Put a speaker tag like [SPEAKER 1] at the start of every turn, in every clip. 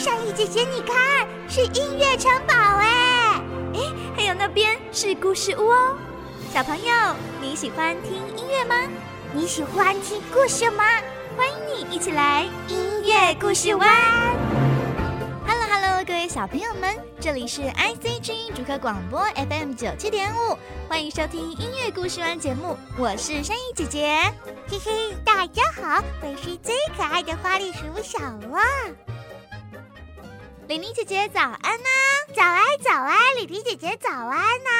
[SPEAKER 1] 善意姐姐，你看，是音乐城堡哎！
[SPEAKER 2] 还有那边是故事屋哦。小朋友，你喜欢听音乐吗？
[SPEAKER 1] 你喜欢听故事吗？
[SPEAKER 2] 欢迎你一起来
[SPEAKER 1] 音乐故事湾。
[SPEAKER 2] Hello， 各位小朋友们，这里是 IC 之音竹科广播 FM 97.5，欢迎收听音乐故事湾节目，我是善意姐姐。
[SPEAKER 1] 嘿嘿，大家好，我是最可爱的花栗鼠小乐。
[SPEAKER 2] 玲玲姐姐早安啊！
[SPEAKER 1] 早安早安，玲玲姐姐早安啊！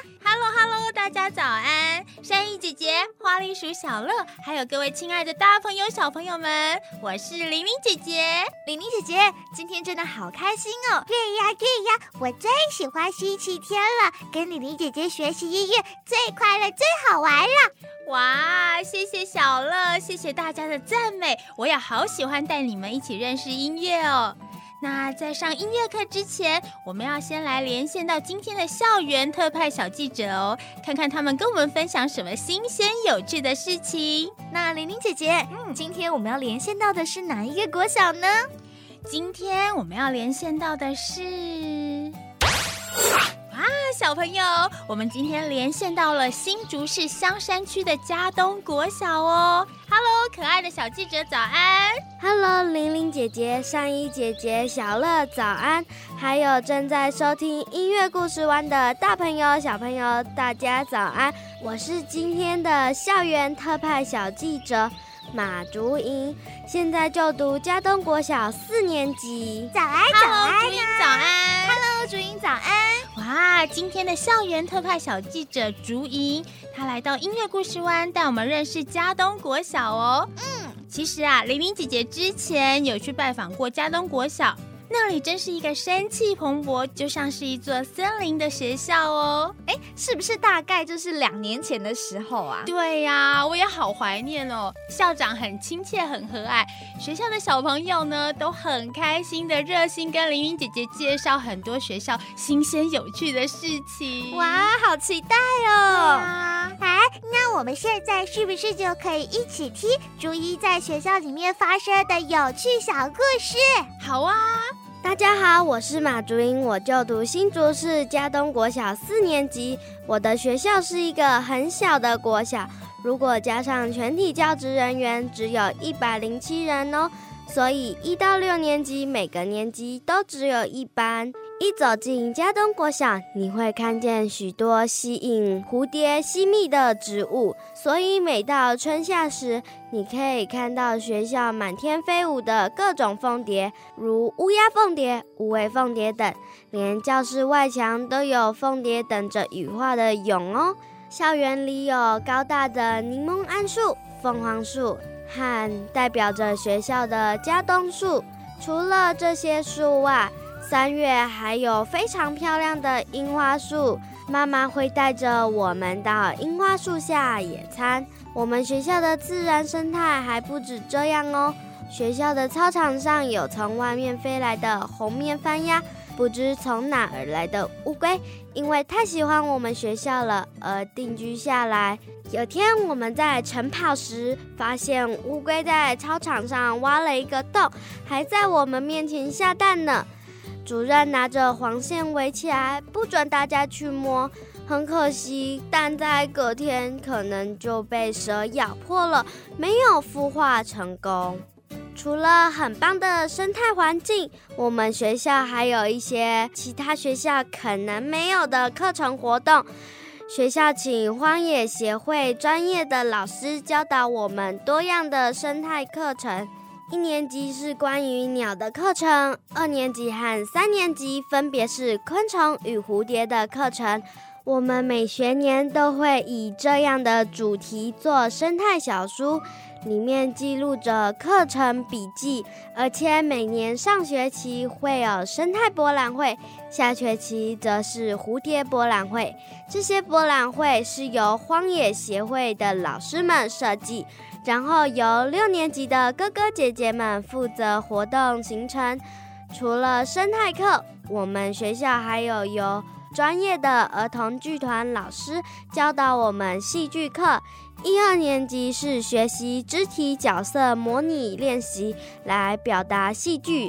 [SPEAKER 3] Hello， 大家早安！善意姐姐、花栗鼠小乐，还有各位亲爱的大朋友、小朋友们，我是玲玲姐姐。
[SPEAKER 2] 玲玲姐姐，今天真的好开心哦！
[SPEAKER 1] 对呀，我最喜欢星期天了，跟玲玲姐姐学习音乐最快乐、最好玩了。
[SPEAKER 3] 哇，谢谢小乐，谢谢大家的赞美，我也好喜欢带你们一起认识音乐哦。那在上音乐课之前，我们要先来连线到今天的校园特派小记者哦，看看他们跟我们分享什么新鲜有趣的事情。
[SPEAKER 2] 那玲玲姐姐，今天我们要连线到的是哪一个国小呢？
[SPEAKER 3] 今天我们要连线到的是小朋友，我们今天连线到了新竹市香山区的嘉东国小哦。Hello， 可爱的小记者早安。
[SPEAKER 4] Hello， 玲玲姐姐、善意姐姐、小乐早安，还有正在收听音乐故事湾的大朋友、小朋友，大家早安！我是今天的校园特派小记者马竹莹，现在就读嘉东国小4年级。
[SPEAKER 1] 早安，早安啊！
[SPEAKER 3] 竹莹早安。
[SPEAKER 2] Hello， 竹莹早安。
[SPEAKER 3] 哇，今天的校园特派小记者竹莹，她来到音乐故事湾，带我们认识嘉东国小哦。其实啊，玲玲姐姐之前有去拜访过嘉东国小，那里真是一个生气蓬勃，就像是一座森林的学校哦。
[SPEAKER 2] 是不是大概就是2年前的时候啊？
[SPEAKER 3] 对呀，我也好怀念哦。校长很亲切，很和蔼，学校的小朋友呢都很开心的热心跟玲玲姐姐介绍很多学校新鲜有趣的事情。
[SPEAKER 2] 哇，好期待哦！
[SPEAKER 1] 那我们现在是不是就可以一起听竹一在学校里面发生的有趣小故事？
[SPEAKER 3] 好啊！
[SPEAKER 4] 大家好，我是马竹莹，我就读新竹市嘉东国小4年级。我的学校是一个很小的国小，如果加上全体教职人员，只有107人哦。所以1到6年级每个年级都只有1班。一走进嘉东国小，你会看见许多吸引蝴蝶吸蜜的植物，所以每到春夏时，你可以看到学校满天飞舞的各种凤蝶，如乌鸦凤蝶、无尾凤蝶等，连教室外墙都有凤蝶等着羽化的蛹哦。校园里有高大的柠檬桉树、凤凰树和代表着学校的嘉东树。除了这些树外，3月还有非常漂亮的樱花树，妈妈会带着我们到樱花树下野餐。我们学校的自然生态还不止这样哦，学校的操场上有从外面飞来的红面番鸭，不知从哪而来的乌龟，因为太喜欢我们学校了而定居下来。有天我们在晨跑时，发现乌龟在操场上挖了一个洞，还在我们面前下蛋呢。主任拿着黄线围起来，不准大家去摸。很可惜，蛋在隔天可能就被蛇咬破了，没有孵化成功。除了很棒的生态环境，我们学校还有一些其他学校可能没有的课程活动。学校请荒野协会专业的老师教导我们多样的生态课程。1年级是关于鸟的课程，2年级和3年级分别是昆虫与蝴蝶的课程。我们每学年都会以这样的主题做生态小书，里面记录着课程笔记，而且每年上学期会有生态博览会，下学期则是蝴蝶博览会。这些博览会是由荒野协会的老师们设计，然后由6年级的哥哥姐姐们负责活动行程。除了生态课，我们学校还有由专业的儿童剧团老师教导我们戏剧课。1、2年级是学习肢体角色模拟练习来表达戏剧。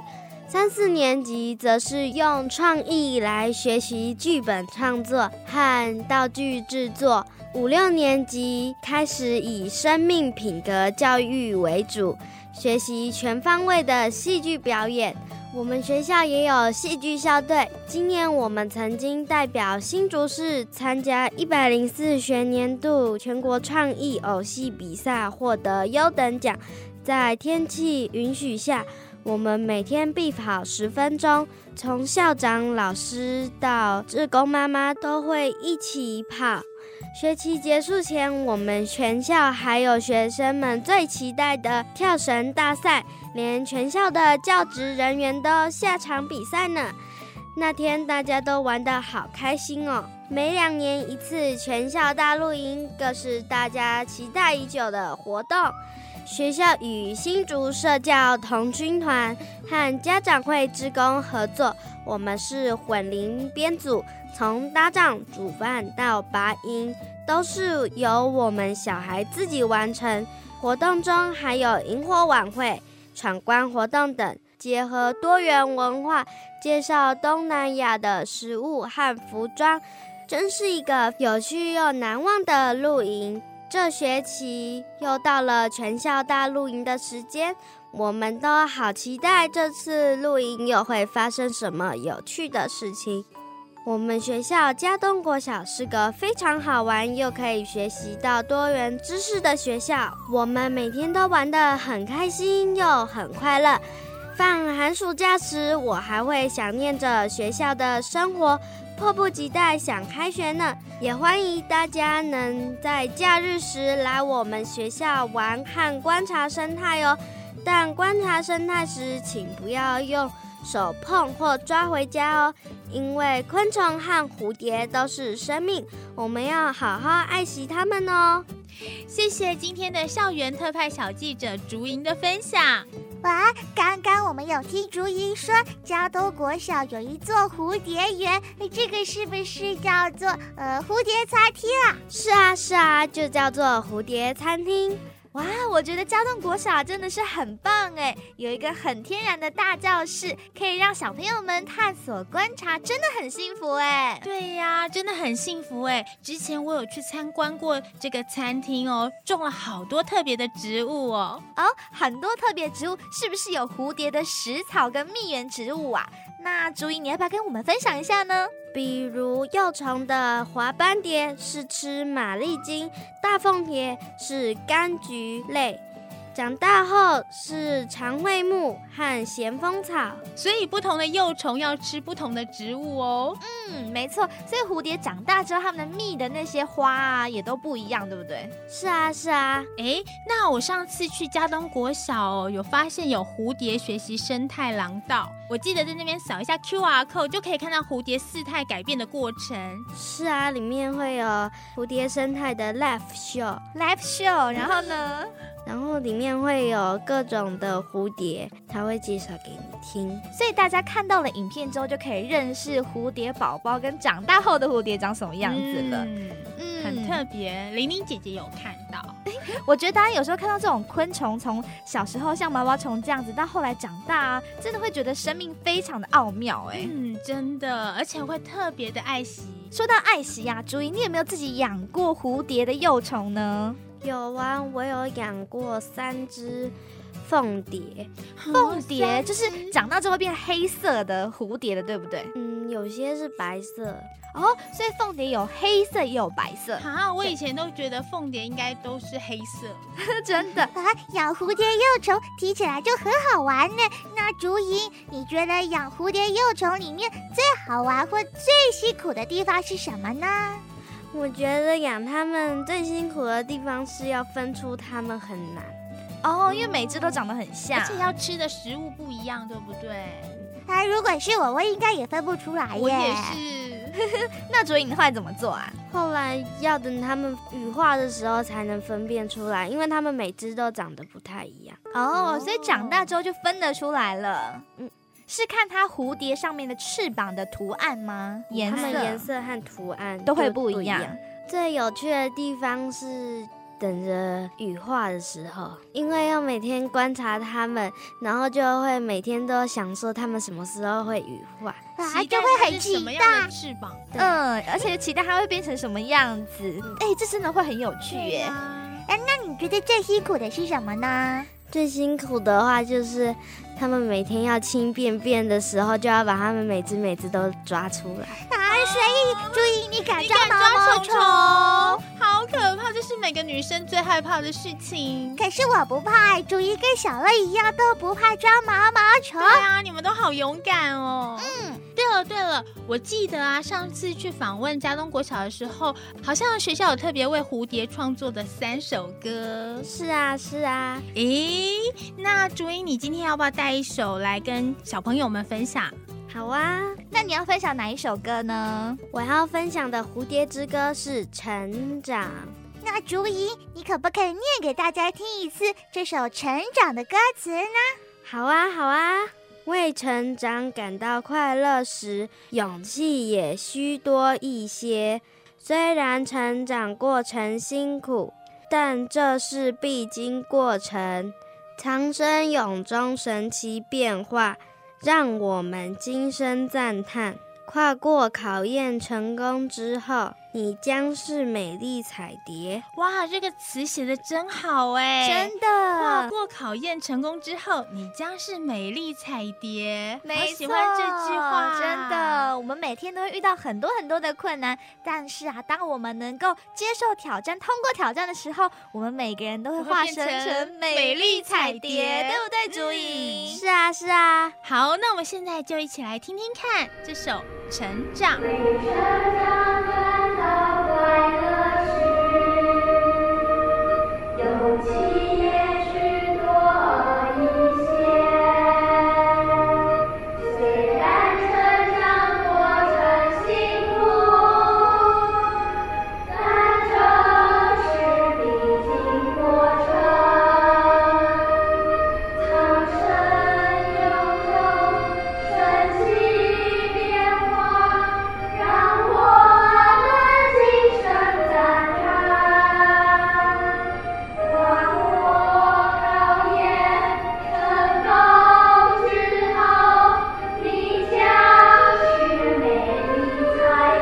[SPEAKER 4] 3、4年级则是用创意来学习剧本创作和道具制作。5、6年级开始以生命品格教育为主，学习全方位的戏剧表演。我们学校也有戏剧校队，今年我们曾经代表新竹市参加104学年度全国创意偶戏比赛，获得优等奖。在天气允许下，我们每天必跑10分钟，从校长、老师到志工妈妈都会一起跑。学期结束前，我们全校还有学生们最期待的跳绳大赛，连全校的教职人员都下场比赛呢。那天大家都玩得好开心哦！每2年一次全校大露营，更是大家期待已久的活动。学校与新竹社教童军团和家长会志工合作，我们是混龄编组，从搭帐、煮饭到拔营，都是由我们小孩自己完成。活动中还有萤火晚会、闯关活动等，结合多元文化，介绍东南亚的食物和服装，真是一个有趣又难忘的露营。这学期又到了全校大露营的时间，我们都好期待这次露营又会发生什么有趣的事情。我们学校嘉东国小是个非常好玩又可以学习到多元知识的学校，我们每天都玩得很开心又很快乐。放寒暑假时，我还会想念着学校的生活，迫不及待想开学呢。也欢迎大家能在假日时来我们学校玩和观察生态哦。但观察生态时，请不要用手碰或抓回家哦，因为昆虫和蝴蝶都是生命，我们要好好爱惜它们哦。
[SPEAKER 3] 谢谢今天的校园特派小记者竹莹的分享。
[SPEAKER 1] 哇，刚刚我们有听竹莹说嘉东国小有一座蝴蝶园，这个是不是叫做蝴蝶餐厅啊？
[SPEAKER 4] 是啊，就叫做蝴蝶餐厅。
[SPEAKER 2] 哇，我觉得嘉东国小真的是很棒哎，有一个很天然的大教室，可以让小朋友们探索观察，真的很幸福哎。
[SPEAKER 3] 对呀，真的很幸福哎。之前我有去参观过这个餐厅哦，种了好多特别的植物哦。
[SPEAKER 2] 很多特别植物，是不是有蝴蝶的食草跟蜜源植物啊？那竹莹，你要不要跟我们分享一下呢？
[SPEAKER 4] 比如幼虫的华斑蝶是吃马利精，大凤蝶是柑橘类，长大后是长喙木和咸丰草。
[SPEAKER 3] 所以不同的幼虫要吃不同的植物哦。
[SPEAKER 2] 没错，所以蝴蝶长大之后，它们的蜜的那些花啊，也都不一样，对不对？
[SPEAKER 4] 是啊。
[SPEAKER 3] 那我上次去嘉东国小有发现有蝴蝶学习生态廊道，我记得在那边扫一下 QR code 就可以看到蝴蝶事态改变的过程。
[SPEAKER 4] 是啊，里面会有蝴蝶生态的 live show，
[SPEAKER 2] 然后呢？
[SPEAKER 4] 然后里面会有各种的蝴蝶，它会介绍给你听。
[SPEAKER 2] 所以大家看到了影片之后，就可以认识蝴蝶宝宝跟长大后的蝴蝶长什么样子了。
[SPEAKER 3] 很特别，玲玲姐姐有看到。
[SPEAKER 2] 我觉得大家有时候看到这种昆虫，从小时候像毛毛虫这样子，到后来长大啊，真的会觉得生命非常的奥妙哎。
[SPEAKER 3] 真的，而且会特别的爱惜。
[SPEAKER 2] 说到爱惜啊，竹莹，你有没有自己养过蝴蝶的幼虫呢？
[SPEAKER 4] 有啊，我有养过3只凤蝶。
[SPEAKER 2] 凤蝶就是长大之后会变黑色的蝴蝶的，对不对？
[SPEAKER 4] 有些是白色。
[SPEAKER 2] 所以凤蝶有黑色也有白色。
[SPEAKER 3] 我以前都觉得凤蝶应该都是黑色。
[SPEAKER 2] 真的
[SPEAKER 1] 养蝴蝶幼虫听起来就很好玩呢。那竹莹，你觉得养蝴蝶幼虫里面最好玩或最辛苦的地方是什么呢？
[SPEAKER 4] 我觉得养它们最辛苦的地方是要分出它们很难
[SPEAKER 2] 因为每只都长得很像，
[SPEAKER 3] 而且要吃的食物不一样，对不对？
[SPEAKER 1] 如果是我应该也分不出来耶。
[SPEAKER 3] 我也是。
[SPEAKER 2] 那竹莹后来怎么做啊？
[SPEAKER 4] 后来要等它们羽化的时候才能分辨出来，因为它们每只都长得不太一样。
[SPEAKER 2] 所以长大之后就分得出来了。是看它蝴蝶上面的翅膀的图案吗？
[SPEAKER 4] 它们颜色和图案
[SPEAKER 2] 都会不一样。
[SPEAKER 4] 最有趣的地方是等着羽化的时候，因为要每天观察它们，然后就会每天都想说它们什么时候会羽化，
[SPEAKER 1] 就会很期待
[SPEAKER 3] 翅膀。
[SPEAKER 2] 而且期待它会变成什么样子。这真的会很有趣耶。
[SPEAKER 1] 那你觉得最辛苦的是什么呢？
[SPEAKER 4] 最辛苦的话就是他们每天要清便便的时候，就要把它们每只都抓出来。
[SPEAKER 1] 所以朱茵，你敢抓
[SPEAKER 3] 抓
[SPEAKER 1] 毛毛虫？
[SPEAKER 3] 好可怕，这是每个女生最害怕的事情。
[SPEAKER 1] 可是我不怕，朱茵跟小乐一样都不怕抓毛毛虫。
[SPEAKER 3] 对啊，你们都好勇敢哦。对了，我记得啊，上次去访问嘉东国小的时候，好像学校有特别为蝴蝶创作的3首歌。
[SPEAKER 4] 是啊。
[SPEAKER 3] 那朱茵，你今天要不要带一首来跟小朋友们分享？
[SPEAKER 4] 好啊，
[SPEAKER 2] 那你要分享哪一首歌呢？
[SPEAKER 4] 我要分享的蝴蝶之歌是《成长》。
[SPEAKER 1] 那朱茵，你可不可以念给大家听一次这首《成长》的歌词呢？
[SPEAKER 4] 好啊。为成长感到快乐时，勇气也需多一些。虽然成长过程辛苦，但这是必经过程。藏身蛹中神奇变化，让我们今生赞叹。跨过考验成功之后，你将是美丽彩蝶。
[SPEAKER 3] 哇，这个词写得真好哎！
[SPEAKER 2] 真的，
[SPEAKER 3] 跨过考验成功之后，你将是美丽彩蝶。
[SPEAKER 2] 没错，
[SPEAKER 3] 好喜欢这句话，
[SPEAKER 2] 真的。我们每天都会遇到很多的困难，但是当我们能够接受挑战、通过挑战的时候，我们每个人都会化身成美丽彩蝶，对不对，朱茵？
[SPEAKER 4] 是啊。
[SPEAKER 3] 好，那我们现在就一起来听听看这首《成长》。
[SPEAKER 5] 勇气也许多一些，虽然成长过程辛苦，但这是必经过程。藏身蛹中神奇变化，让我们今生赞叹。跨过考验成功之后，你将是美丽彩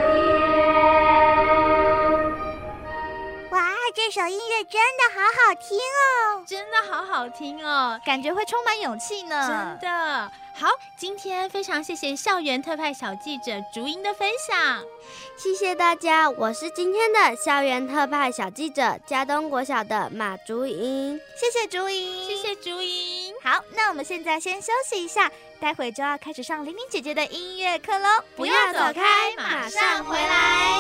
[SPEAKER 5] 蝶。
[SPEAKER 1] 哇，这首音乐真的好好听哦！
[SPEAKER 3] 真的好好听哦，
[SPEAKER 2] 感觉会充满勇气呢。
[SPEAKER 3] 真的好，今天非常谢谢校园特派小记者竹茵的分享，
[SPEAKER 4] 谢谢大家，我是今天的校园特派小记者嘉东国小的马竹茵。
[SPEAKER 2] 谢谢朱茵，
[SPEAKER 3] 谢谢竹茵。
[SPEAKER 2] 好，那我们现在先休息一下，待会就要开始上玲玲姐姐的音乐课喽，
[SPEAKER 3] 不要走开，马上回来。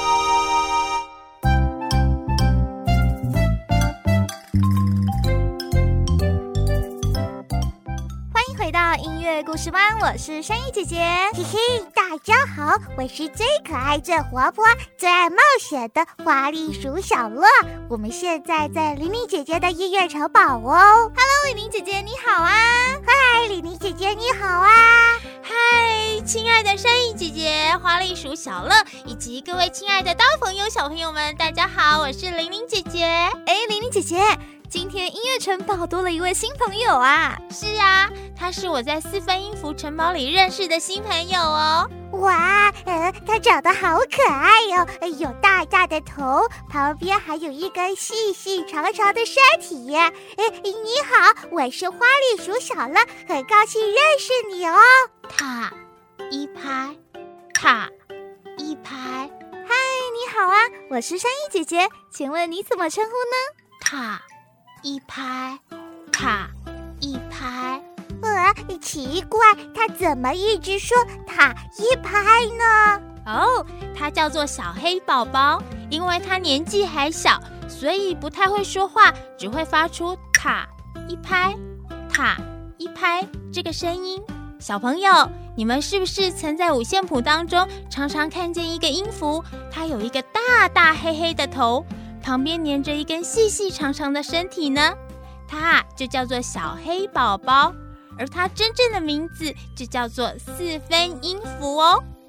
[SPEAKER 2] 回到音乐故事班，我是珊妮姐姐。
[SPEAKER 1] 嘿嘿，大家好，我是最可爱、最活泼、最爱冒险的花栗鼠小乐。我们现在在玲玲姐姐的音乐城堡哦。
[SPEAKER 2] Hello， 玲玲姐姐你好啊！
[SPEAKER 1] 嗨，玲玲姐姐你好啊！
[SPEAKER 3] 嗨，亲爱的珊妮姐姐、花栗鼠小乐以及各位亲爱的大朋友、小朋友们，大家好，我是玲玲姐姐。
[SPEAKER 2] 玲玲姐姐，今天音乐城堡多了一位新朋友啊！
[SPEAKER 3] 是啊，他是我在4分音符城堡里认识的新朋友哦。
[SPEAKER 1] 哇，他长得好可爱哟，有大大的头，旁边还有一根细细长长的身体。你好，我是花栗鼠小乐，很高兴认识你哦。
[SPEAKER 3] 踏一拍，踏一拍。
[SPEAKER 2] 嗨，你好啊，我是珊妮姐姐，请问你怎么称呼呢？
[SPEAKER 3] 踏一拍，踏一拍。
[SPEAKER 1] 奇怪，他怎么一直说踏一拍呢？
[SPEAKER 3] 他叫做小黑宝宝，因为他年纪还小，所以不太会说话，只会发出踏一拍，踏一拍这个声音。小朋友，你们是不是曾在五线谱当中常常看见一个音符，它有一个大大黑黑的头，旁边粘着一根细细长长的身体呢？它就叫做小黑宝宝，而它真正的名字就叫做4分音符哦。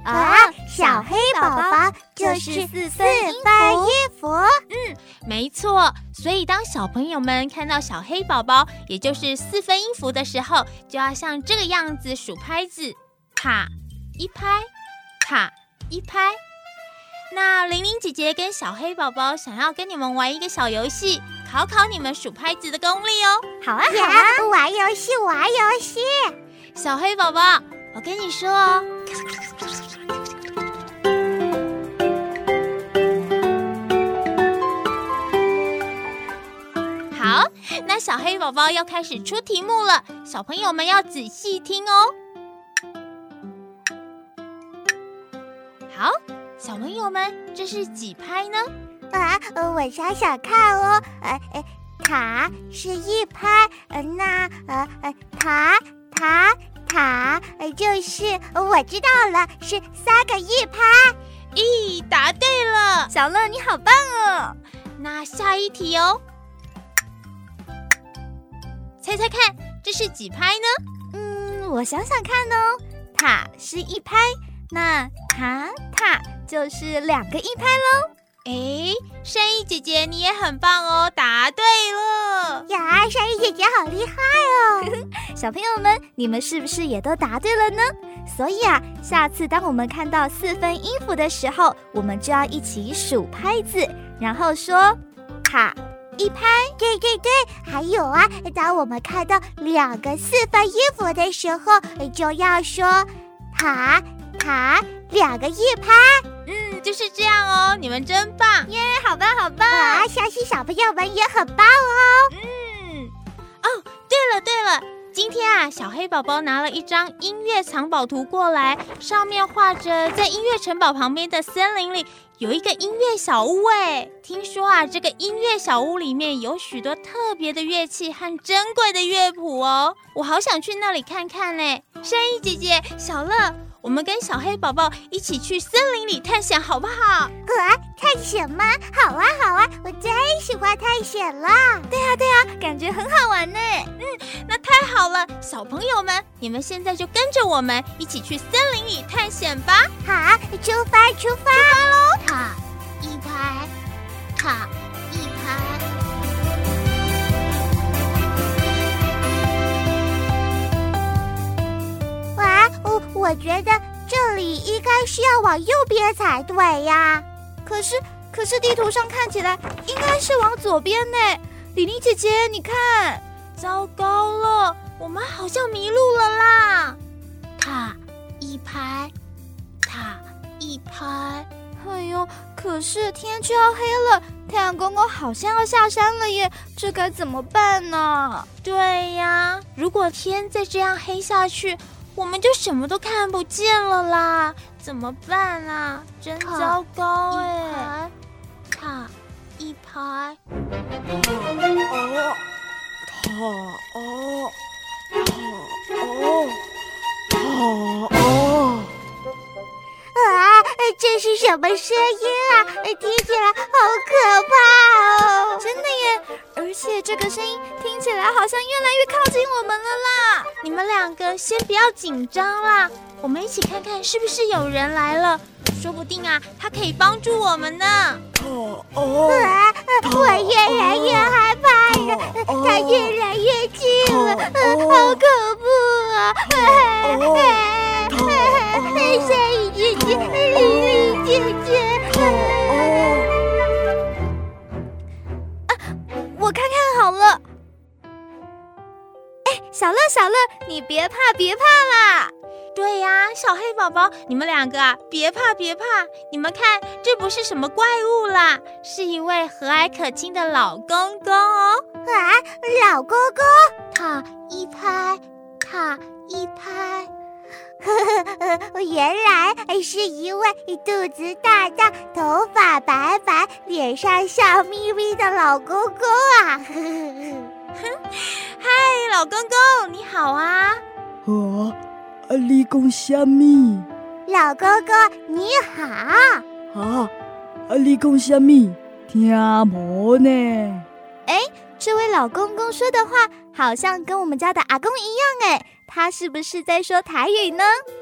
[SPEAKER 1] 小黑宝宝就是四分衣服。
[SPEAKER 3] 没错，所以当小朋友们看到小黑宝宝，也就是四分音符的时候，就要像这个样子数拍子，卡一拍，卡一拍。那玲玲姐姐跟小黑宝宝想要跟你们玩一个小游戏，考考你们数拍子的功力哦。
[SPEAKER 2] 好啊，好啊，
[SPEAKER 1] 玩游戏。
[SPEAKER 3] 小黑宝宝，我跟你说哦。好，那小黑宝宝要开始出题目了，小朋友们要仔细听哦。好，小朋友们，这是几拍呢？
[SPEAKER 1] 我想想看哦，塔是一拍，那塔就是我知道了，是3个一拍。
[SPEAKER 3] 咦，答对了，
[SPEAKER 2] 小乐你好棒哦！
[SPEAKER 3] 那下一题哦，猜猜看，这是几拍呢？
[SPEAKER 2] 我想想看哦，塔是一拍，那塔就是2个一拍喽。
[SPEAKER 3] 善意姐姐你也很棒哦，答对了
[SPEAKER 1] 呀！善意姐姐好厉害哦！
[SPEAKER 2] 小朋友们，你们是不是也都答对了呢？所以下次当我们看到4分音符的时候，我们就要一起数拍子，然后说塔一拍。
[SPEAKER 1] 对，还有当我们看到2个4分音符的时候，就要说塔2个一拍。
[SPEAKER 3] 就是这样哦，你们真棒
[SPEAKER 2] 耶！好棒！
[SPEAKER 1] 相信小朋友们也很棒哦。
[SPEAKER 3] 对了，今天小黑宝宝拿了一张音乐藏宝图过来，上面画着在音乐城堡旁边的森林里有一个音乐小屋。听说这个音乐小屋里面有许多特别的乐器和珍贵的乐谱哦，我好想去那里看看呢。善意姐姐，小乐，我们跟小黑宝宝一起去森林里探险好不好？
[SPEAKER 1] 探险吗？好啊，我最喜欢探险了。
[SPEAKER 2] 对啊，感觉很好玩呢。
[SPEAKER 3] 那太好了，小朋友们，你们现在就跟着我们一起去森林里探险吧。
[SPEAKER 1] 好，出发喽！塔一拍，塔一拍。我觉得这里应该是要往右边才对呀。
[SPEAKER 2] 可是地图上看起来应该是往左边呢。李玲姐姐，你看，
[SPEAKER 3] 糟糕了，我们好像迷路了啦！塔一拍，塔一拍。
[SPEAKER 2] 哎呦，可是天就要黑了，太阳公公好像要下山了耶，这该怎么办呢？
[SPEAKER 3] 对呀，如果天再这样黑下去，我们就什么都看不见了啦，怎么办啊？真糟糕塔一拍，
[SPEAKER 1] 这是什么声音啊？听起来好可怕哦！
[SPEAKER 2] 真的耶，而且这个声音听起来好像越来越靠近我们了啦。
[SPEAKER 3] 你们2个先不要紧张啦，我们一起看看是不是有人来了，说不定他可以帮助我们呢。
[SPEAKER 1] 我越来越害怕了，它越来越近了，好恐怖啊！善意姐姐，丽丽姐姐，
[SPEAKER 2] 我看看好了。小乐，你别怕啦！
[SPEAKER 3] 对呀，小黑宝宝，你们2个别怕！你们看，这不是什么怪物啦，是一位和蔼可亲的老公公哦。
[SPEAKER 1] 老公公，
[SPEAKER 3] 塔一拍，塔一拍。
[SPEAKER 1] 原来是一位肚子大大、头发白白、脸上笑眯眯的老公公啊！
[SPEAKER 3] 嗨，老公公，你好啊！
[SPEAKER 6] 你讲什么？
[SPEAKER 1] 老公公你好。
[SPEAKER 6] 你讲什么？听无呢？
[SPEAKER 2] 这位老公公说的话好像跟我们家的阿公一样他是不是在说台语呢？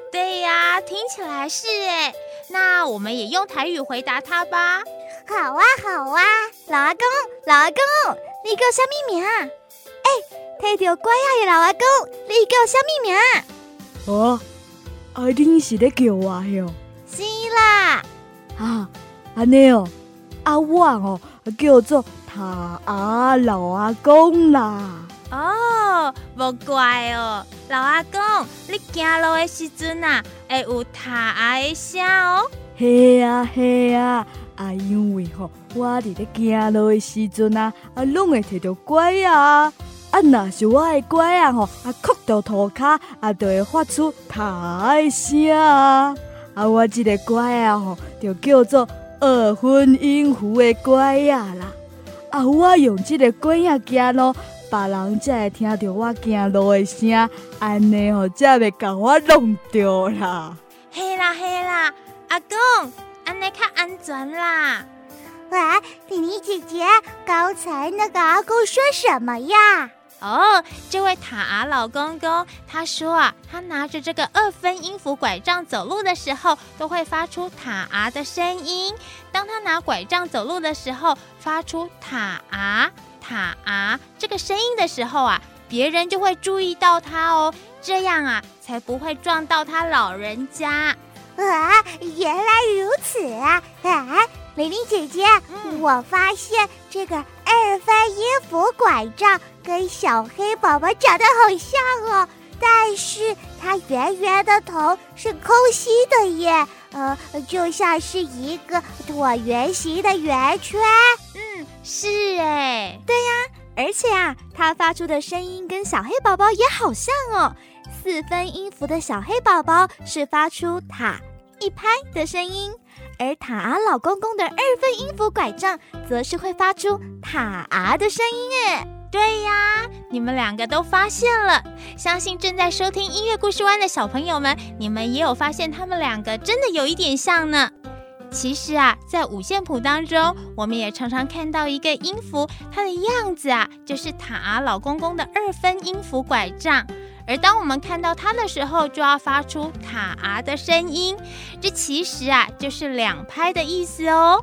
[SPEAKER 3] 对呀，听起来是哎。那我们也用台语回答他吧。
[SPEAKER 1] 好啊，好啊。
[SPEAKER 2] 老阿公，你叫什么名？摕到拐仔的老阿公，你叫什么名？
[SPEAKER 6] 哦，恁是咧叫我哟？
[SPEAKER 2] 是啦。
[SPEAKER 6] 安尼哦，我叫做塔阿老阿公啦。
[SPEAKER 3] 哦，无怪哦，老阿公，你行路的时阵啊，会有塔牙的声哦。
[SPEAKER 6] 嘿啊，因为我伫咧行路的时阵啊，拢会摕到拐啊。若是我的拐啊磕到涂骹，就会发出塔的声啊。我这个拐啊就叫做2分音符的拐啊啦。我用这个拐啊行路，别人才会听到我行路的声，安尼才袂甲我弄着啦。
[SPEAKER 3] 嘿啦，阿公，安尼较安全啦。
[SPEAKER 1] 喂，妮妮姐姐，刚才那个阿公说什么呀？
[SPEAKER 3] 哦，这位塔牙老公公，他说啊，他拿着这个2分音符拐杖走路的时候，都会发出塔牙的声音。当他拿拐杖走路的时候，发出塔牙这个声音的时候啊，别人就会注意到他哦，这样啊，才不会撞到他老人家。
[SPEAKER 1] 原来如此啊！蕾妮姐姐，我发现这个2分音符拐杖跟小黑宝宝长得好像哦，但是它圆圆的头是空心的耶，就像是一个椭圆形的圆圈。
[SPEAKER 3] 是哎，
[SPEAKER 2] 对呀，而且啊，它发出的声音跟小黑宝宝也好像哦。4分音符的小黑宝宝是发出塔一拍的声音，而塔牙老公公的2分音符拐杖则是会发出塔牙的声音耶。
[SPEAKER 3] 对呀，你们2个都发现了。相信正在收听音乐故事湾的小朋友们，你们也有发现他们2个真的有一点像呢。其实啊，在五线谱当中，我们也常常看到一个音符，它的样子啊，就是塔牙老公公的2分音符拐杖。而当我们看到它的时候，就要发出塔牙的声音。这其实啊，就是2拍的意思哦。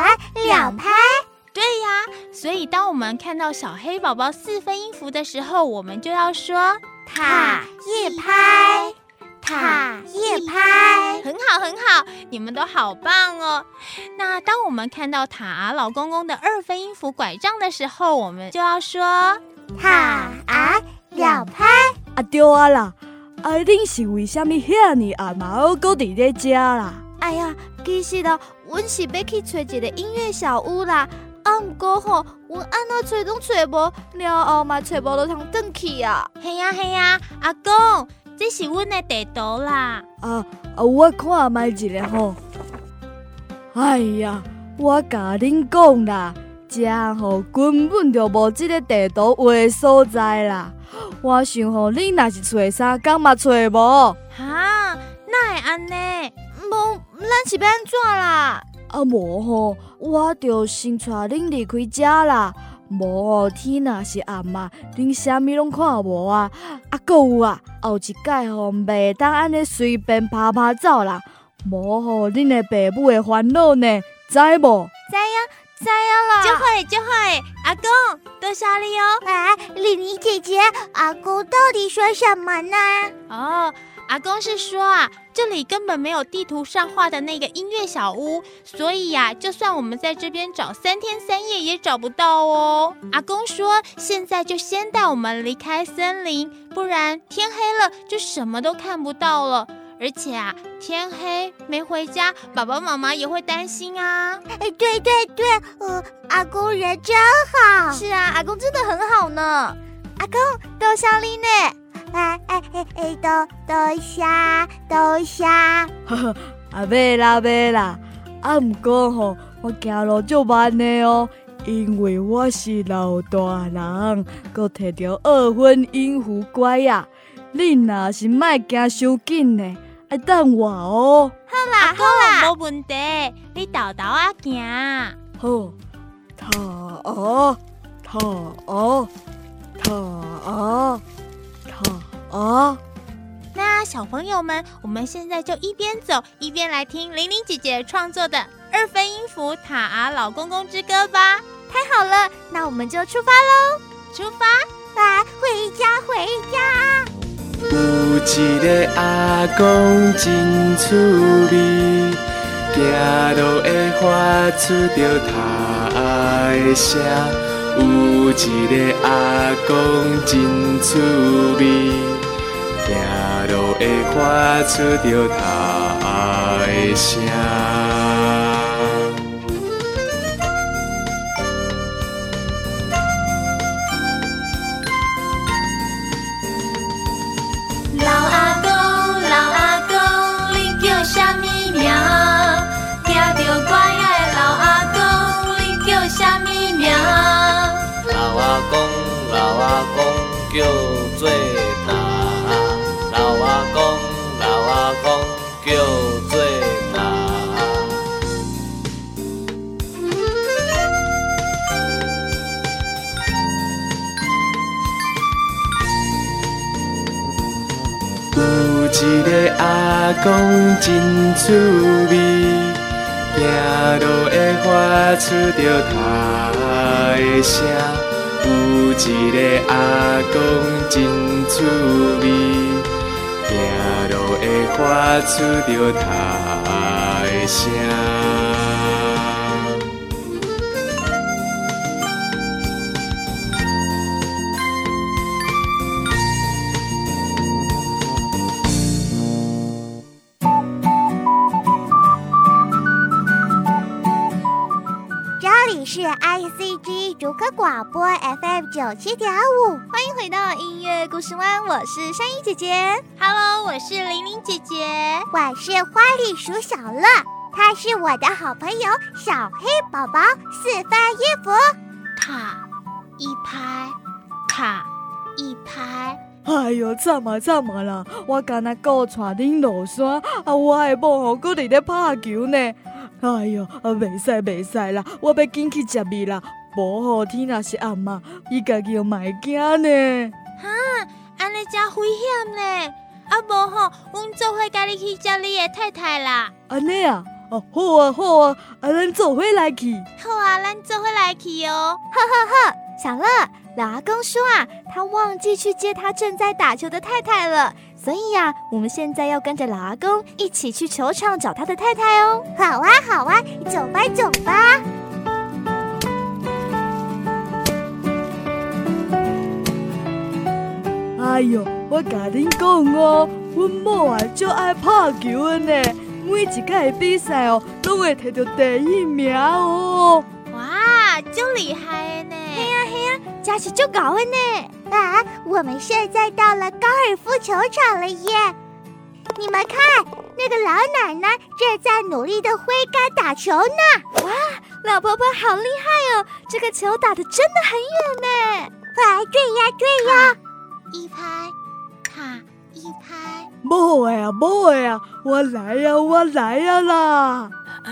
[SPEAKER 1] 2拍？
[SPEAKER 3] 对呀，所以当我们看到小黑宝宝4分音符的时候，我们就要说
[SPEAKER 1] 塔一拍，塔一拍。
[SPEAKER 3] 很好，你们都好棒哦。那当我们看到塔牙老公公的2分音符拐杖的时候，我们就要说
[SPEAKER 1] 塔牙2拍。
[SPEAKER 6] 对啊啦，恁是为什么遐尼暗嘛还搁伫咧遮啦？
[SPEAKER 2] 哎呀，其实啦，阮是要去找一个音乐小屋啦。不过阮安怎找拢找无，了后嘛找无就通转去啊。
[SPEAKER 3] 嘿呀，阿公，这是阮的地图啦。
[SPEAKER 6] 我看卖一下哎呀，我甲恁讲啦，这根本就无这个地图画的所在啦。我想恁若是找三工嘛找无。
[SPEAKER 3] 哪会安尼？
[SPEAKER 2] 无，咱是要安怎啦？
[SPEAKER 6] 无我就先带恁离开遮啦。无天若是暗嘛，恁啥物拢看无啊。搁有啊，后一届袂当安尼随便拍走啦。无恁的爸母会烦恼呢，知无？
[SPEAKER 2] 知呀啦。
[SPEAKER 3] 就会，阿公，多谢你哦。
[SPEAKER 1] 蕾妮姐姐，阿公到底说什么呢？
[SPEAKER 3] 阿公是说啊，这里根本没有地图上画的那个音乐小屋，所以呀，就算我们在这边找3天3夜也找不到哦。阿公说，现在就先带我们离开森林，不然天黑了就什么都看不到了。而且啊，天黑没回家，爸爸妈妈也会担心啊。
[SPEAKER 1] 对，阿公人真好。
[SPEAKER 2] 是啊，阿公真的很好呢。阿公，多谢你呢。
[SPEAKER 1] 多谢。
[SPEAKER 6] 袂啦。不过我行路足慢的哦，因为我是老大人，搁摕着2分音符拐啊。恁若是莫行伤紧呢，爱等我哦。
[SPEAKER 3] 好啦，无问题，你豆豆啊行。
[SPEAKER 6] 好，塔
[SPEAKER 3] 那小朋友们，我们现在就一边走一边来听玲玲姐姐创作的2分音符塔阿老公公之歌吧。
[SPEAKER 2] 太好了，那我们就出发喽！
[SPEAKER 3] 出发！
[SPEAKER 1] 回家回家。
[SPEAKER 7] 有一个阿公真趣味，行路会发出着塔的声。有一个阿公真趣味，行路会发出着塔的声。
[SPEAKER 8] 叫做塔，老阿公叫做塔。
[SPEAKER 7] 有一个阿公真趣味，行路会发出着塔的声。有一个阿公真趣味，行路会发出着塔的声。
[SPEAKER 1] 这里是 ICG 竹科广播 FM 97.5，
[SPEAKER 2] 欢迎回到音乐故事湾，我是珊依姐姐。
[SPEAKER 3] Hello， 我是玲玲姐姐。
[SPEAKER 1] 我是花栗鼠小乐，他是我的好朋友小黑宝宝4分音符。
[SPEAKER 3] 塔一拍，塔一拍。
[SPEAKER 6] 哎哟，惨啊啦！我今仔个带恁落山，我的某搁伫咧拍球呢。哎哟，袂使啦，我要紧去食米啦。无天若是暗啊，伊家己又嘛会惊呢。
[SPEAKER 3] 安尼真危险呢！无阮做伙甲你去接你的太太啦。
[SPEAKER 6] 安尼啊？好啊，咱做伙来去。
[SPEAKER 3] 好啊，咱做伙来去哦。
[SPEAKER 2] 小乐，老阿公说啊，他忘记去接他正在打球的太太了，所以呀，我们现在要跟着老阿公一起去球场找他的太太哦。
[SPEAKER 1] 好啊，走吧。
[SPEAKER 6] 哎哟，我甲恁讲哦，阮某啊就爱拍球的呢，每一届的比赛哦，拢会摕到第1名哦。
[SPEAKER 3] 哇，就厉害的呢！
[SPEAKER 2] 嘿呀，真是就搞的呢！
[SPEAKER 1] 我们现在到了高尔夫球场了耶！你们看，那个老奶奶正在努力的挥杆打球呢。
[SPEAKER 2] 哇，老婆婆好厉害哦！这个球打得真的很远呢。
[SPEAKER 1] 对呀，
[SPEAKER 3] 一拍，塔一拍。
[SPEAKER 6] 无的啊，我来呀啦！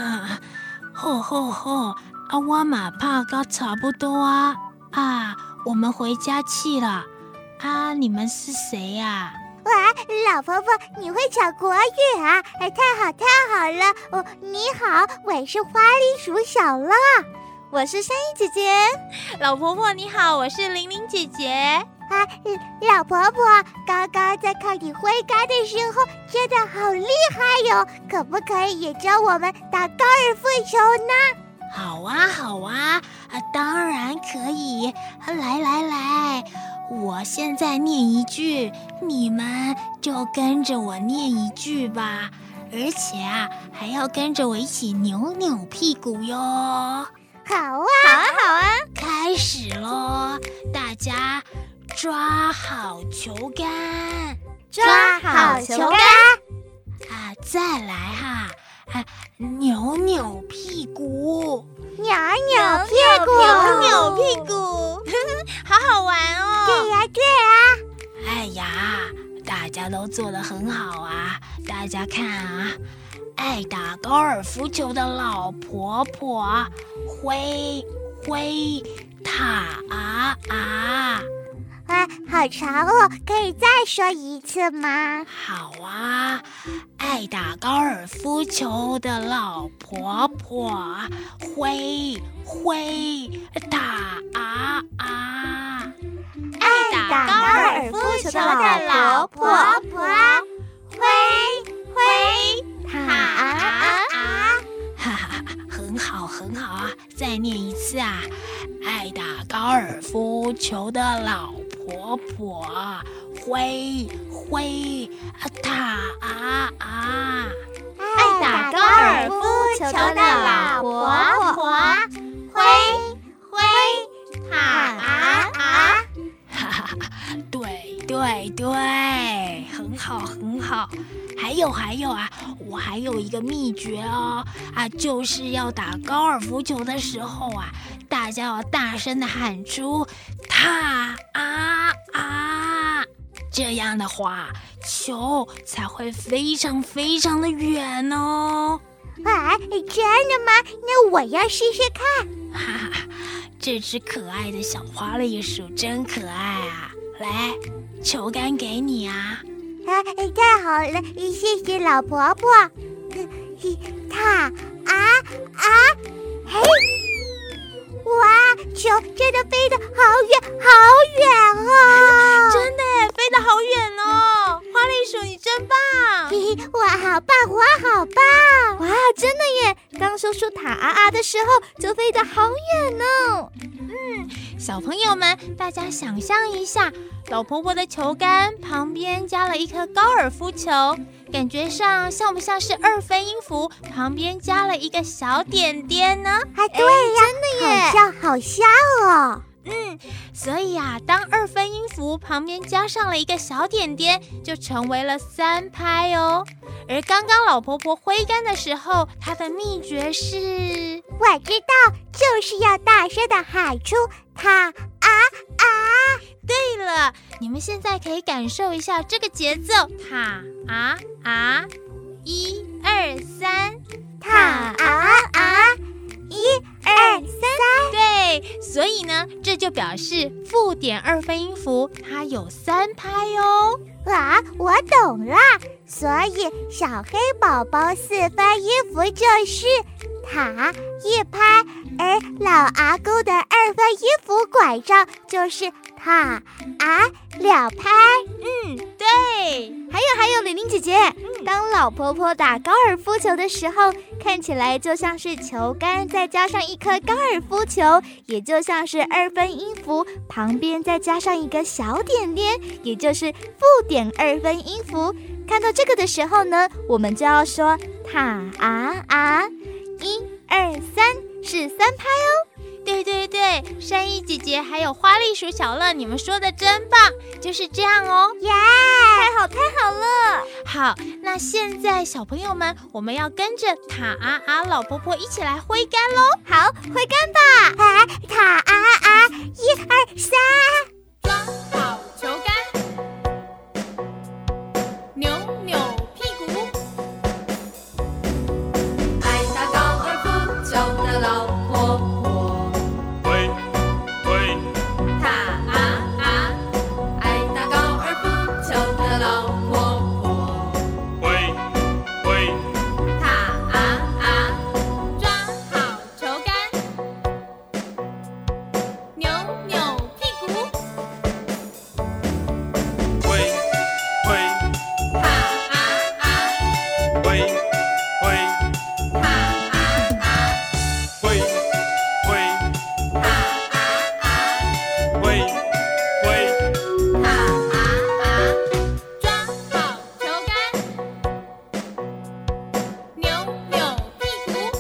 [SPEAKER 3] 好，我嘛拍到差不多啊。我们回家去了。你们是谁呀？
[SPEAKER 1] 哇，老婆婆，你会讲国语啊？太好了！你好，我是花栗鼠小乐。
[SPEAKER 2] 我是珊依姐姐。
[SPEAKER 3] 老婆婆你好，我是玲玲姐姐。
[SPEAKER 1] 老婆婆，刚刚在看你挥杆的时候，真的好厉害哟！可不可以也教我们打高尔夫球呢？
[SPEAKER 3] 好啊，当然可以。来，我现在念一句，你们就跟着我念一句吧。而且还要跟着我一起扭扭屁股哟。
[SPEAKER 1] 好啊，
[SPEAKER 3] 开始咯，大家抓好球杆，再来扭扭屁股，
[SPEAKER 1] 扭屁股，
[SPEAKER 3] 好好玩哦。
[SPEAKER 1] 对啊。
[SPEAKER 3] 哎呀，大家都做得很好啊！大家看啊，爱打高尔夫球的老婆婆挥塔
[SPEAKER 1] 好长哦，可以再说一次吗？
[SPEAKER 3] 好啊，爱打高尔夫球的老婆婆挥挥打啊啊，
[SPEAKER 1] 爱打高尔夫球的老婆婆挥挥打啊啊，
[SPEAKER 3] 哈哈，很好很好啊！再念一次啊，爱打高尔夫球的老婆婆挥挥打啊啊，
[SPEAKER 1] 爱打高尔夫球的老婆婆挥挥打啊啊，
[SPEAKER 3] 哈哈哈！对对对，很好很好。还有啊，我还有一个秘诀哦就是要打高尔夫球的时候啊，大家要大声的喊出塔啊啊，这样的话球才会非常非常的远哦。
[SPEAKER 1] 真的吗？那我要试试看。
[SPEAKER 3] 哈哈，这只可爱的小花栗鼠真可爱啊！来，球杆给你啊！
[SPEAKER 1] 太好了，谢谢老婆婆。塔啊啊，嘿！哇，球真的飞得好远好远哦！
[SPEAKER 3] 真的耶，飞得好远哦！花栗鼠你真棒！
[SPEAKER 1] 我好棒，我好棒！
[SPEAKER 2] 哇，真的耶！当说出塔啊啊的时候，就飞得好远哦。
[SPEAKER 3] 小朋友们，大家想象一下，老婆婆的球杆旁边加了一颗高尔夫球，感觉上像不像是二分音符旁边加了一个小点点呢？
[SPEAKER 1] 对呀，真的耶，好像哦。
[SPEAKER 3] 所以当二分音符旁边加上了一个小点点，就成为了3拍哦。而刚刚老婆婆挥杆的时候，她的秘诀是……
[SPEAKER 1] 我知道，就是要大声的喊出塔啊啊！
[SPEAKER 3] 对了，你们现在可以感受一下这个节奏，塔啊啊，1、2、3，
[SPEAKER 1] 塔啊啊，1、2、3。
[SPEAKER 3] 对，所以呢，这就表示附点二分音符，它有3拍哦。
[SPEAKER 1] 我懂了，所以小黑宝宝4分音符就是塔1拍，而老阿公的2分音符拐杖就是塔啊2拍。
[SPEAKER 3] 对。
[SPEAKER 2] 还有，玲玲姐姐，当老婆婆打高尔夫球的时候，看起来就像是球杆再加上一颗高尔夫球，也就像是2分音符旁边再加上一个小点点，也就是附点2分音符。看到这个的时候呢，我们就要说塔啊啊，1、2、3是3拍哦。
[SPEAKER 3] 对，山一姐姐还有花栗鼠小乐，你们说的真棒，就是这样哦。
[SPEAKER 1] 耶！
[SPEAKER 2] 太好了！
[SPEAKER 3] 好，那现在小朋友们，我们要跟着塔啊啊老婆婆一起来挥杆喽。
[SPEAKER 2] 好，挥杆吧！
[SPEAKER 1] 塔啊啊，1、2、3，
[SPEAKER 3] 抓好球杆，扭扭屁股。
[SPEAKER 5] 爱打高尔夫球的老婆婆，
[SPEAKER 7] 挥挥
[SPEAKER 5] 塔啊啊！爱打高尔夫球的老婆婆，
[SPEAKER 7] 挥挥
[SPEAKER 5] 塔啊啊！
[SPEAKER 3] 抓好球杆，扭扭屁股。
[SPEAKER 7] 挥挥
[SPEAKER 5] 塔啊啊！
[SPEAKER 7] 挥挥
[SPEAKER 5] 塔啊啊！
[SPEAKER 7] 挥挥
[SPEAKER 5] 塔啊啊！
[SPEAKER 7] 挥挥
[SPEAKER 5] 塔啊啊！
[SPEAKER 3] 抓好球杆，扭扭屁股。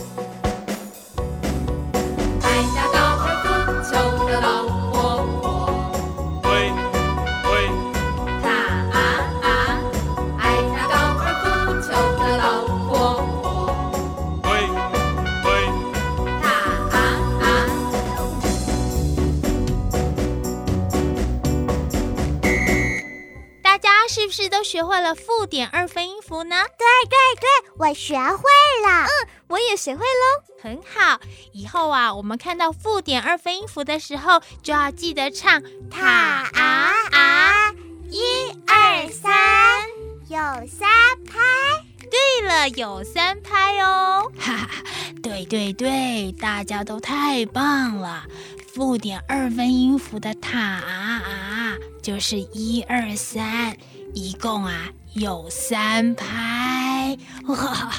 [SPEAKER 5] 爱打高尔夫球的老婆婆，
[SPEAKER 7] 挥挥
[SPEAKER 5] 塔啊啊！爱打高尔夫球的老婆婆，
[SPEAKER 7] 挥挥
[SPEAKER 5] 塔啊啊！
[SPEAKER 3] 大家是不是都学会了附点2分音符服呢？
[SPEAKER 1] 对，我学会了。
[SPEAKER 2] 我也学会喽。
[SPEAKER 3] 很好，以后啊，我们看到附点二分音符的时候，就要记得唱塔啊啊
[SPEAKER 1] ，1、2、3，有3拍。
[SPEAKER 3] 对了，有3拍哦。哈哈，对，大家都太棒了。附点二分音符的塔啊啊，就是1、2、3，一共啊有3拍。哇，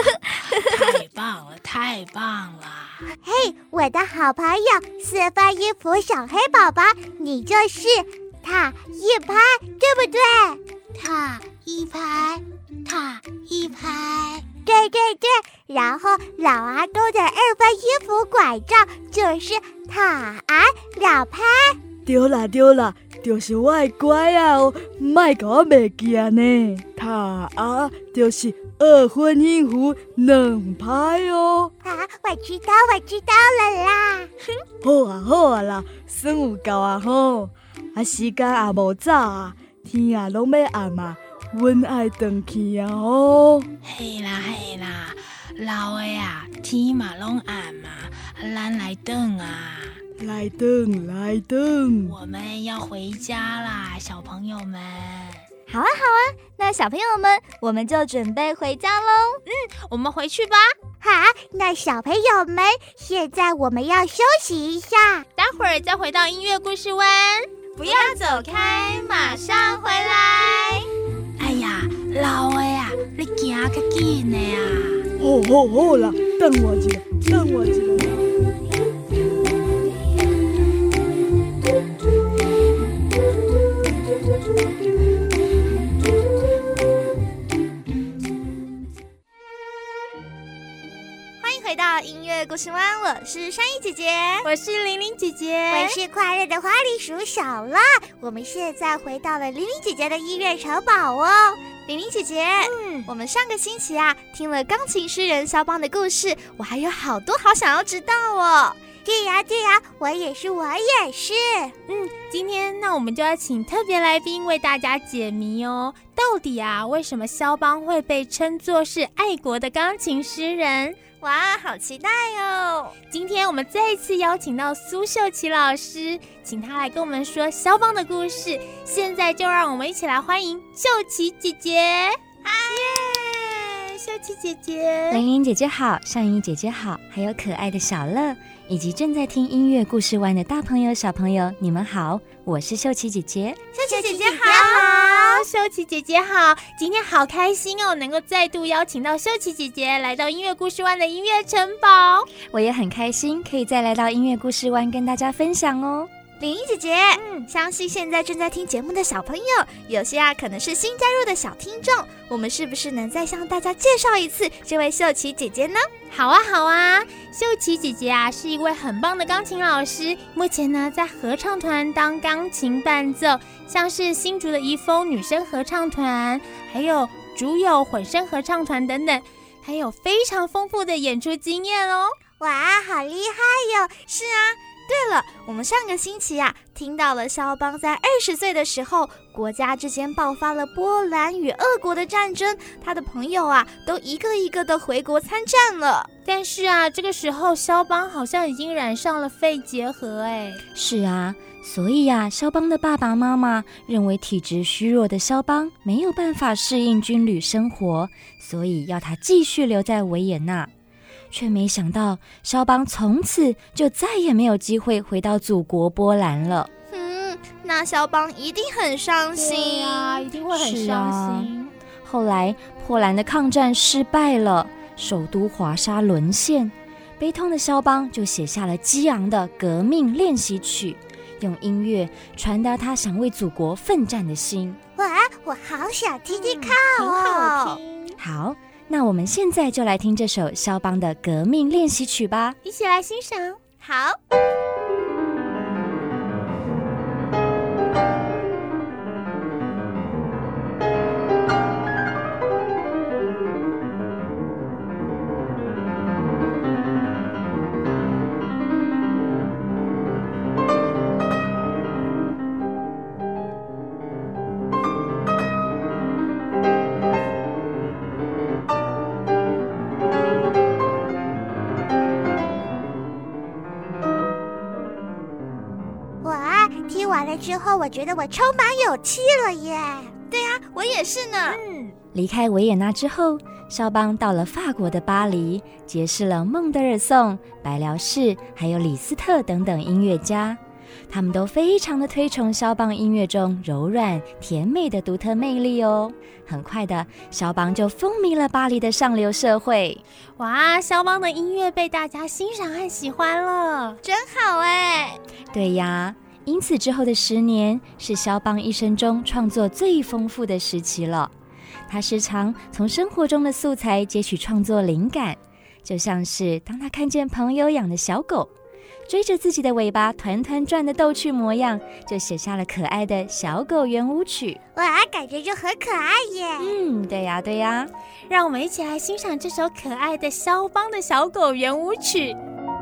[SPEAKER 3] 太棒了！
[SPEAKER 1] 嘿，我的好朋友4分音符小黑宝宝，你就是塔1拍，对不对？
[SPEAKER 3] 塔1拍，
[SPEAKER 1] 对，然后老阿公的2分音符拐杖就是塔2拍。
[SPEAKER 6] 对啦，就是我的乖啊哦，莫甲我袂记呢。塔就是2分音符2拍哦。
[SPEAKER 1] 我知道了啦。
[SPEAKER 6] 好啊啦，算有够啊吼。时间也无早啊，天也拢要暗啊，阮爱回去啊吼。
[SPEAKER 3] 嘿啦，老的啊，天嘛拢暗嘛，咱来等啊。
[SPEAKER 6] 来等，
[SPEAKER 3] 我们要回家啦，小朋友们。
[SPEAKER 2] 好啊，那小朋友们，我们就准备回家喽。
[SPEAKER 3] 我们回去吧。
[SPEAKER 1] 好，那小朋友们，现在我们要休息一下，
[SPEAKER 3] 待会儿再回到音乐故事湾。
[SPEAKER 2] 不要走开，马上回来。
[SPEAKER 3] 哎呀，老的啊，你行较紧的啊。
[SPEAKER 6] 好啦，等我一下。
[SPEAKER 2] 回到音乐故事湾，我是珊妮姐姐，
[SPEAKER 3] 我是玲玲姐姐，
[SPEAKER 1] 我是快乐的花栗鼠小乐。我们现在回到了玲玲姐姐的音乐城堡哦。
[SPEAKER 2] 玲玲姐姐，我们上个星期啊听了钢琴诗人肖邦的故事，我还有好多好想要知道哦。
[SPEAKER 1] 对呀，我也是。
[SPEAKER 3] 今天那我们就要请特别来宾为大家解谜哦。到底啊，为什么肖邦会被称作是爱国的钢琴诗人？
[SPEAKER 2] 哇，好期待哦！
[SPEAKER 3] 今天我们再一次邀请到苏秀琪老师，请她来跟我们说肖邦的故事。现在就让我们一起来欢迎秀琪姐姐。耶，秀琪姐姐，
[SPEAKER 9] 玲玲姐姐好，尚英姐姐好，还有可爱的小乐，以及正在听音乐故事湾的大朋友小朋友，你们好，我是秀琪姐姐。
[SPEAKER 1] 秀琪姐姐好，
[SPEAKER 3] 秀琪姐姐好，今天好开心哦，能够再度邀请到秀琪姐姐来到音乐故事湾的音乐城堡。
[SPEAKER 9] 我也很开心，可以再来到音乐故事湾跟大家分享哦。
[SPEAKER 2] 玲玲姐姐，相信现在正在听节目的小朋友，有些可能是新加入的小听众，我们是不是能再向大家介绍一次这位秀琪姐姐呢？
[SPEAKER 3] 好啊，秀琪姐姐啊是一位很棒的钢琴老师，目前呢在合唱团当钢琴伴奏，像是新竹的怡丰女生合唱团，还有竹友混声合唱团等等，还有非常丰富的演出经验哦。
[SPEAKER 1] 哇，好厉害哟！
[SPEAKER 2] 是啊。对了，我们上个星期听到了肖邦在20岁的时候，国家之间爆发了波兰与俄国的战争，他的朋友都一个一个的回国参战了。
[SPEAKER 3] 但是这个时候肖邦好像已经染上了肺结核哎。
[SPEAKER 9] 是啊，所以肖邦的爸爸妈妈认为体质虚弱的肖邦没有办法适应军旅生活，所以要他继续留在维也纳。却没想到肖邦从此就再也没有机会回到祖国波兰了。
[SPEAKER 2] 那肖邦一定很伤心。
[SPEAKER 3] 对啊，一定会很伤心。
[SPEAKER 9] 后来波兰的抗战失败了，首都华沙沦陷，悲痛的肖邦就写下了激昂的革命练习曲，用音乐传达他想为祖国奋战的心。
[SPEAKER 1] 我好想听听看
[SPEAKER 3] 很好听。
[SPEAKER 9] 好，那我们现在就来听这首肖邦的革命练习曲吧，
[SPEAKER 3] 一起来欣赏。
[SPEAKER 2] 好。
[SPEAKER 1] 之后，我觉得我充满勇气了耶。
[SPEAKER 2] 对啊，我也是呢。
[SPEAKER 9] 离开维也纳之后，肖邦到了法国的巴黎，结识了孟德尔颂、白辽士还有李斯特等等音乐家。他们都非常的推崇肖邦音乐中柔软甜美的独特魅力哦。很快的，肖邦就风靡了巴黎的上流社会。
[SPEAKER 3] 哇，肖邦的音乐被大家欣赏和喜欢了，
[SPEAKER 2] 真好哎！
[SPEAKER 9] 对呀，因此之后的10年是肖邦一生中创作最丰富的时期了。他时常从生活中的素材截取创作灵感，就像是当他看见朋友养的小狗追着自己的尾巴团团转的逗趣模样，就写下了可爱的小狗圆舞曲。
[SPEAKER 1] 哇，感觉就很可爱耶。
[SPEAKER 9] 对呀对呀，
[SPEAKER 3] 让我们一起来欣赏这首可爱的肖邦的小狗圆舞曲。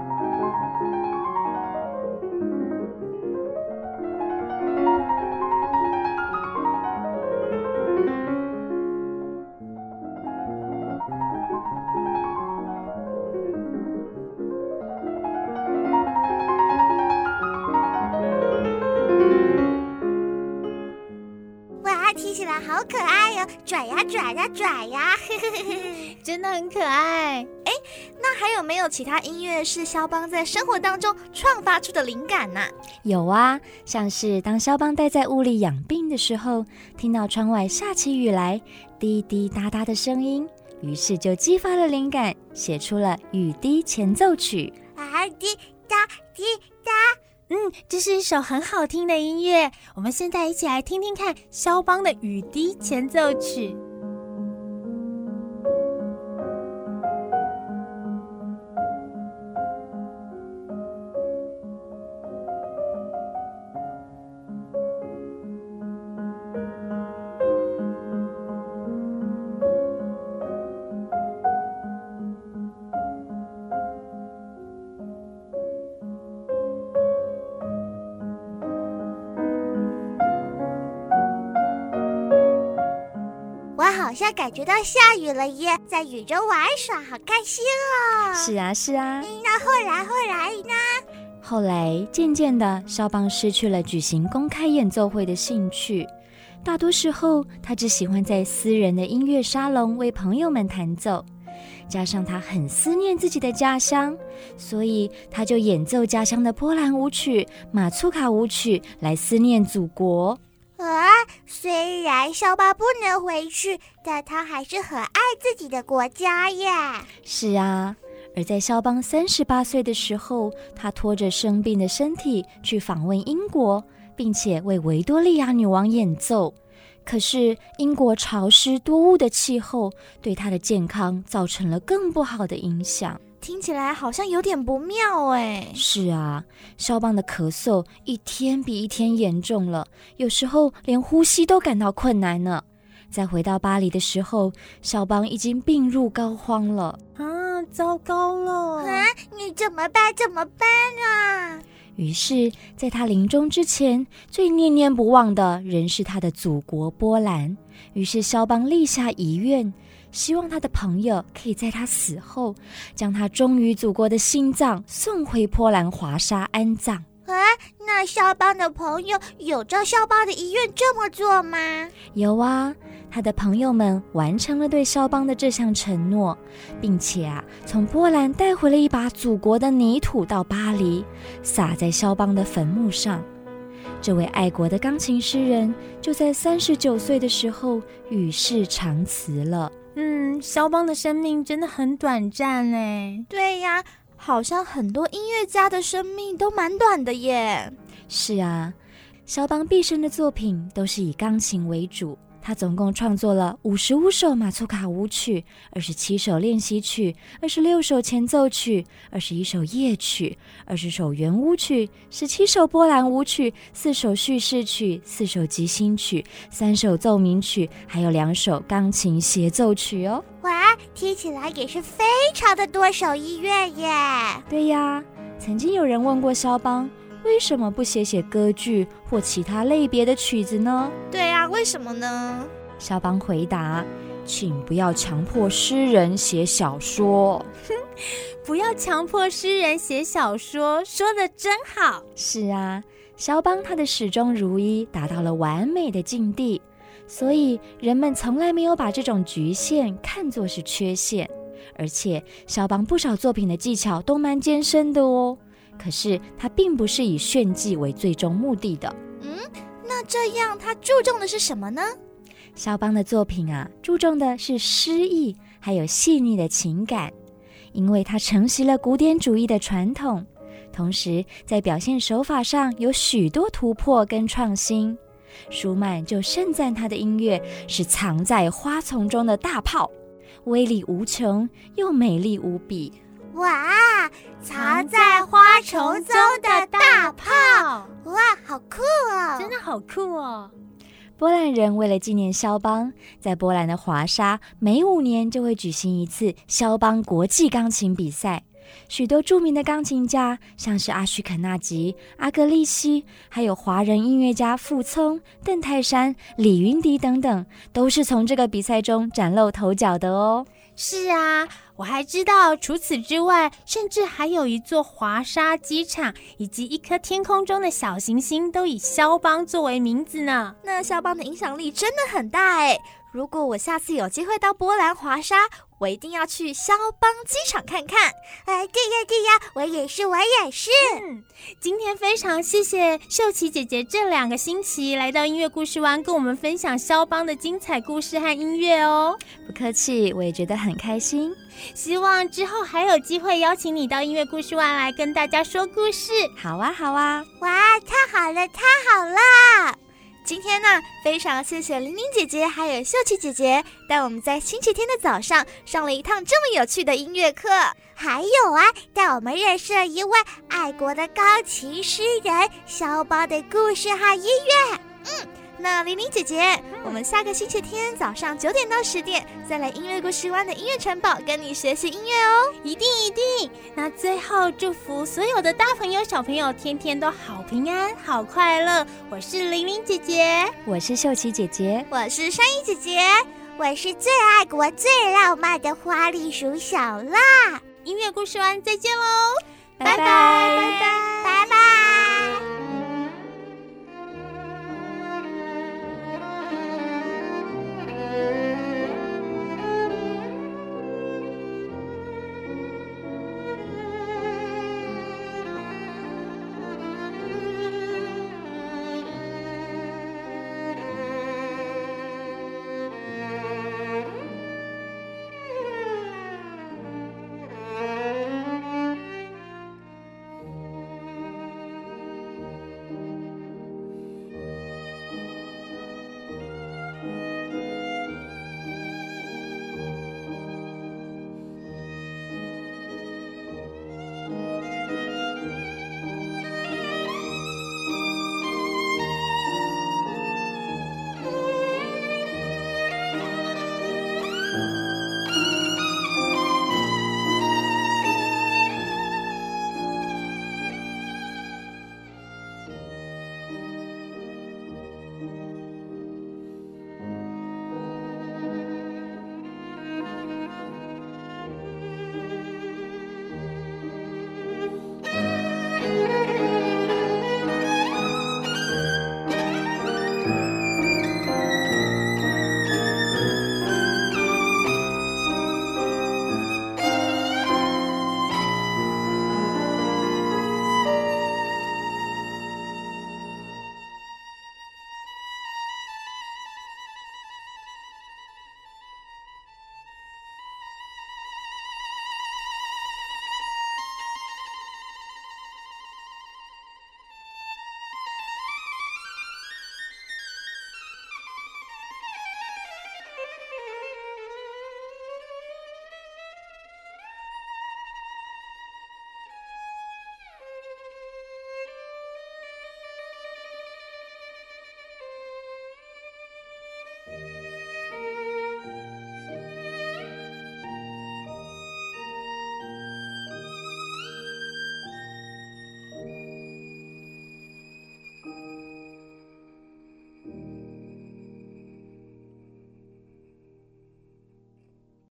[SPEAKER 1] 听起来好可爱哟，转呀转呀转呀，
[SPEAKER 3] 真的很可爱。
[SPEAKER 2] 那还有没有其他音乐是肖邦在生活当中创发出的灵感呢？
[SPEAKER 9] 有啊，像是当肖邦待在屋里养病的时候，听到窗外下起雨来，滴滴答答的声音，于是就激发了灵感，写出了雨滴前奏曲。
[SPEAKER 1] 滴答滴答。
[SPEAKER 3] 这是一首很好听的音乐，我们现在一起来听听看肖邦的雨滴前奏曲。
[SPEAKER 1] 好像感觉到下雨了耶，在雨中玩耍，好开心哦。
[SPEAKER 9] 是啊是啊。
[SPEAKER 1] 那后来呢？
[SPEAKER 9] 后来渐渐的，肖邦失去了举行公开演奏会的兴趣，大多时候他只喜欢在私人的音乐沙龙为朋友们弹奏，加上他很思念自己的家乡，所以他就演奏家乡的波兰舞曲、马祖卡舞曲来思念祖国。
[SPEAKER 1] 虽然肖邦不能回去，但他还是很爱自己的国家耶。
[SPEAKER 9] 是啊，而在肖邦38岁的时候，他拖着生病的身体去访问英国，并且为维多利亚女王演奏。可是英国潮湿多雾的气候对他的健康造成了更不好的影响。
[SPEAKER 2] 听起来好像有点不妙哎。
[SPEAKER 9] 是啊，肖邦的咳嗽一天比一天严重了，有时候连呼吸都感到困难呢。在回到巴黎的时候，肖邦已经病入膏肓了。
[SPEAKER 3] 糟糕了！
[SPEAKER 1] 你怎么办啊？
[SPEAKER 9] 于是在他临终之前，最念念不忘的仍是他的祖国波兰。于是肖邦立下遗愿，希望他的朋友可以在他死后，将他忠于祖国的心脏送回波兰华沙安葬。
[SPEAKER 1] 那肖邦的朋友有照肖邦的遗愿这么做吗？
[SPEAKER 9] 有啊，他的朋友们完成了对肖邦的这项承诺，并且从波兰带回了一把祖国的泥土到巴黎，撒在肖邦的坟墓上。这位爱国的钢琴诗人就在39岁的时候与世长辞了。
[SPEAKER 3] 肖邦的生命真的很短暂哎。
[SPEAKER 2] 对呀，好像很多音乐家的生命都蛮短的耶。
[SPEAKER 9] 是啊，肖邦毕生的作品都是以钢琴为主，他总共创作了55首马祖卡舞曲、27首练习曲、26首前奏曲、21首夜曲、20首圆舞曲、17首波兰舞曲、4首叙事曲、4首即兴曲、3首奏鸣曲，还有2首钢琴协奏曲哦。
[SPEAKER 1] 哇，听起来也是非常的多首音乐耶。
[SPEAKER 9] 对呀，曾经有人问过肖邦，为什么不写歌剧或其他类别的曲子呢？
[SPEAKER 2] 对啊，为什么呢？
[SPEAKER 9] 肖邦回答，请不要强迫诗人写小说。
[SPEAKER 3] 不要强迫诗人写小说，说得真好。
[SPEAKER 9] 是啊， 肖邦他的始终如一达到了完美的境地，所以人们从来没有把这种局限看作是缺陷。而且肖邦不少作品的技巧都蛮艰深的哦，可是他并不是以炫技为最终目的的。
[SPEAKER 2] 那这样他注重的是什么呢？
[SPEAKER 9] 肖邦的作品啊，注重的是诗意还有细腻的情感，因为他承袭了古典主义的传统，同时在表现手法上有许多突破跟创新。舒曼就盛赞他的音乐是藏在花丛中的大炮，威力无穷又美丽无比。
[SPEAKER 1] 哇，藏在花丛中的大炮，哇，好酷哦！
[SPEAKER 3] 真的好酷哦！
[SPEAKER 9] 波兰人为了纪念肖邦，在波兰的华沙每5年就会举行一次肖邦国际钢琴比赛。许多著名的钢琴家，像是阿许肯纳吉、阿格利西，还有华人音乐家傅聪、邓泰山、李云迪等等，都是从这个比赛中崭露头角的哦。
[SPEAKER 3] 是啊，我还知道除此之外，甚至还有一座华沙机场以及一颗天空中的小行星都以肖邦作为名字呢。
[SPEAKER 2] 那肖邦的影响力真的很大哎！如果我下次有机会到波兰华沙，我一定要去肖邦机场看看。
[SPEAKER 1] 对呀，我也是。
[SPEAKER 3] 今天非常谢谢秀琪姐姐这2个星期来到音乐故事湾，跟我们分享肖邦的精彩故事和音乐哦。
[SPEAKER 9] 不客气，我也觉得很开心。
[SPEAKER 3] 希望之后还有机会邀请你到音乐故事湾来跟大家说故事。
[SPEAKER 9] 好啊，好啊！
[SPEAKER 1] 哇，太好了！
[SPEAKER 2] 今天呢，非常谢谢玲玲姐姐还有秀琪姐姐带我们在星期天的早上上了一趟这么有趣的音乐课，
[SPEAKER 1] 还有啊，带我们认识了一位爱国的钢琴诗人肖邦的故事和音乐。
[SPEAKER 2] 那玲玲姐姐，我们下个星期天早上9点到10点再来音乐故事湾的音乐城堡跟你学习音乐哦，
[SPEAKER 3] 一定！那最后祝福所有的大朋友小朋友天天都好平安好快乐。我是玲玲姐姐，
[SPEAKER 9] 我是秀琪姐姐，
[SPEAKER 2] 我是珊妮姐姐，
[SPEAKER 1] 我是最爱国最浪漫的花栗鼠小辣。
[SPEAKER 3] 音乐故事湾再见喽，
[SPEAKER 9] 拜拜。